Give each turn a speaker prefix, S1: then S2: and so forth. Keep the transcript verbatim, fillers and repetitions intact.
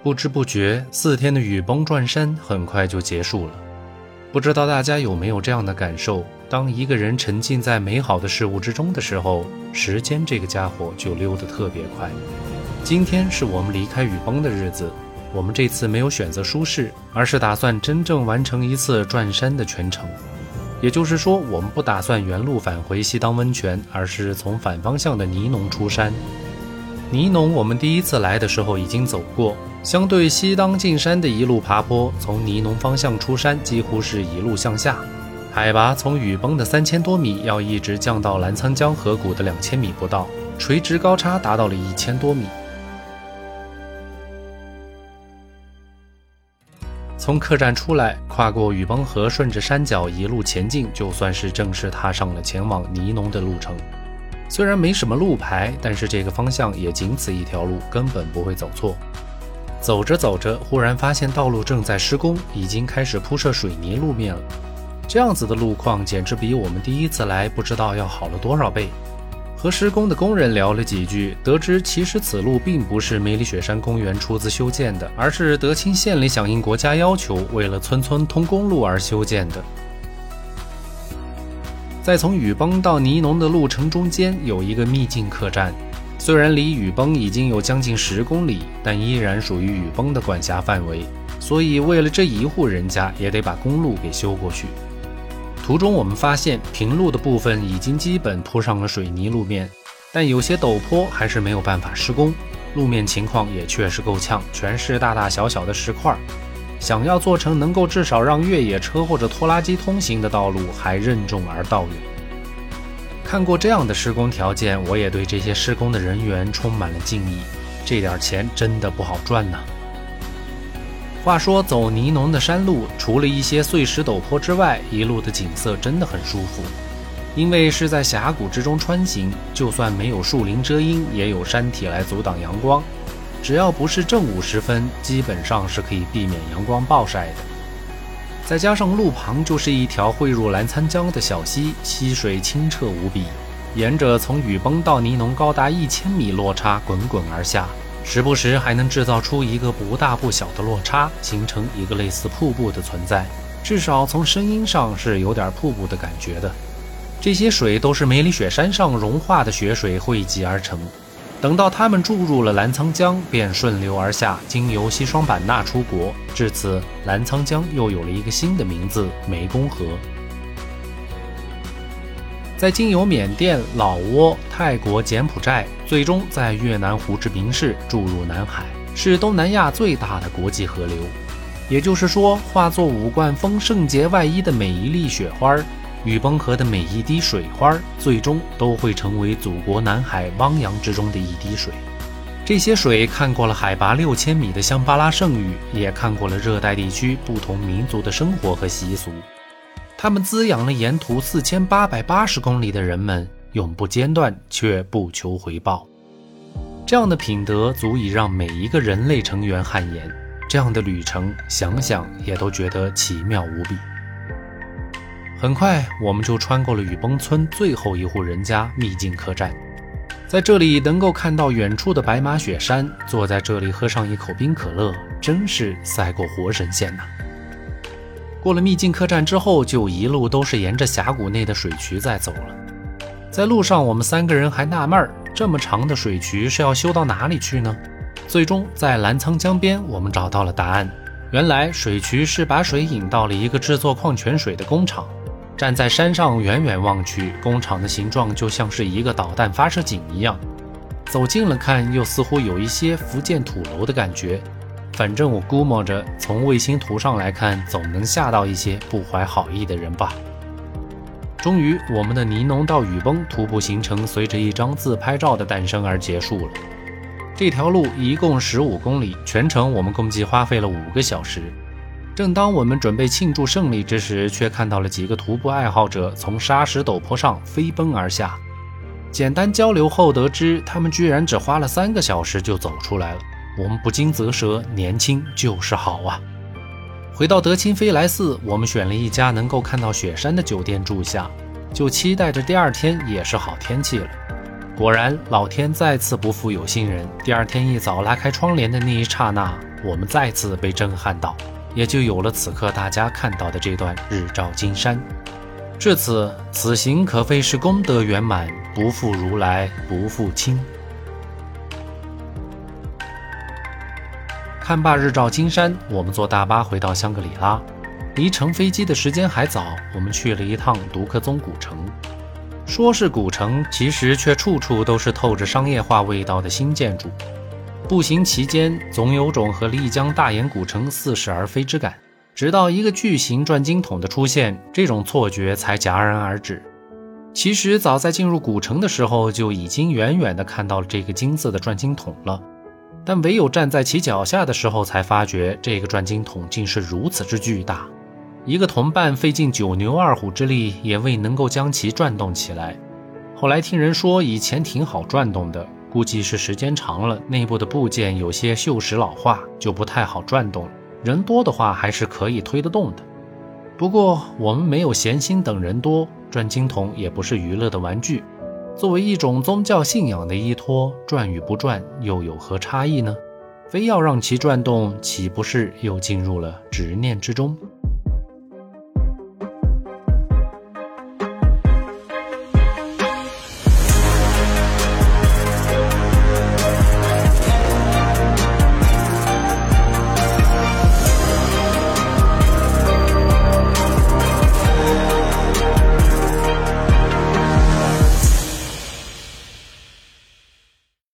S1: 不知不觉，四天的雨崩转山很快就结束了。不知道大家有没有这样的感受，当一个人沉浸在美好的事物之中的时候，时间这个家伙就溜得特别快。今天是我们离开雨崩的日子，我们这次没有选择舒适，而是打算真正完成一次转山的全程。也就是说，我们不打算原路返回西当温泉，而是从反方向的尼农出山。尼农我们第一次来的时候已经走过，相对西当进山的一路爬坡，从尼农方向出山几乎是一路向下，海拔从雨崩的三千多米要一直降到澜沧江河谷的两千米不到，垂直高差达到了一千多米。从客栈出来，跨过雨崩河，顺着山脚一路前进，就算是正式踏上了前往尼农的路程。虽然没什么路牌，但是这个方向也仅此一条路，根本不会走错。走着走着，忽然发现道路正在施工，已经开始铺设水泥路面了。这样子的路况简直比我们第一次来不知道要好了多少倍。和施工的工人聊了几句，得知其实此路并不是梅里雪山公园出资修建的，而是德钦县里响应国家要求，为了村村通公路而修建的。在从雨崩到尼农的路程中间有一个秘境客栈，虽然离雨崩已经有将近十公里，但依然属于雨崩的管辖范围，所以为了这一户人家也得把公路给修过去。途中我们发现平路的部分已经基本铺上了水泥路面，但有些陡坡还是没有办法施工，路面情况也确实够呛，全是大大小小的石块。想要做成能够至少让越野车或者拖拉机通行的道路，还任重而道远。看过这样的施工条件，我也对这些施工的人员充满了敬意，这点钱真的不好赚呢。话说走尼农的山路，除了一些碎石陡坡之外，一路的景色真的很舒服。因为是在峡谷之中穿行，就算没有树林遮阴，也有山体来阻挡阳光。只要不是正午时分，基本上是可以避免阳光暴晒的。再加上路旁就是一条汇入澜沧江的小溪，溪水清澈无比，沿着从雨崩到尼农高达一千米落差滚滚而下，时不时还能制造出一个不大不小的落差，形成一个类似瀑布的存在，至少从声音上是有点瀑布的感觉的。这些水都是梅里雪山上融化的雪水汇集而成，等到它们注入了澜沧江，便顺流而下，经由西双版纳出国，至此澜沧江又有了一个新的名字——湄公河。再经由缅甸、老挝、泰国、柬埔寨，最终在越南胡志明市注入南海，是东南亚最大的国际河流。也就是说，化作五冠丰圣洁外衣的每一粒雪花，雨崩河的每一滴水花，最终都会成为祖国南海汪洋之中的一滴水。这些水看过了海拔六千米的香巴拉圣域，也看过了热带地区不同民族的生活和习俗。它们滋养了沿途四千八百八十公里的人们，永不间断，却不求回报。这样的品德足以让每一个人类成员汗颜，这样的旅程想想也都觉得奇妙无比。很快我们就穿过了雨崩村最后一户人家秘境客栈，在这里能够看到远处的白马雪山，坐在这里喝上一口冰可乐，真是赛过活神仙呐。过了秘境客栈之后，就一路都是沿着峡谷内的水渠在走了。在路上我们三个人还纳闷，这么长的水渠是要修到哪里去呢？最终在澜沧江边我们找到了答案，原来水渠是把水引到了一个制作矿泉水的工厂。站在山上远远望去，工厂的形状就像是一个导弹发射井一样，走近了看又似乎有一些福建土楼的感觉。反正我估摸着从卫星图上来看，总能吓到一些不怀好意的人吧。终于我们的尼农到雨崩徒步行程随着一张自拍照的诞生而结束了。这条路一共十五公里，全程我们共计花费了五个小时。正当我们准备庆祝胜利之时，却看到了几个徒步爱好者从沙石陡坡上飞奔而下。简单交流后得知，他们居然只花了三个小时就走出来了。我们不禁啧舌，年轻就是好啊。回到德钦飞来寺，我们选了一家能够看到雪山的酒店住下，就期待着第二天也是好天气了。 果然，老天再次不负有心人。第二天一早拉开窗帘的那一刹那，我们再次被震撼到，也就有了此刻大家看到的这段日照金山。至此，此行可谓是功德圆满，不负如来不负卿。看罢日照金山，我们坐大巴回到香格里拉。离乘飞机的时间还早，我们去了一趟独克宗古城。说是古城，其实却处处都是透着商业化味道的新建筑。步行其间，总有种和丽江大研古城似是而非之感。直到一个巨型转经筒的出现，这种错觉才戛然而止。其实早在进入古城的时候，就已经远远地看到了这个金色的转经筒了，但唯有站在其脚下的时候，才发觉这个转经筒竟是如此之巨大。一个同伴费尽九牛二虎之力，也未能够将其转动起来。后来听人说以前挺好转动的，估计是时间长了，内部的部件有些锈蚀老化，就不太好转动了。人多的话还是可以推得动的。不过我们没有闲心等人多，转经筒也不是娱乐的玩具，作为一种宗教信仰的依托，转与不转又有何差异呢？非要让其转动，岂不是又进入了执念之中？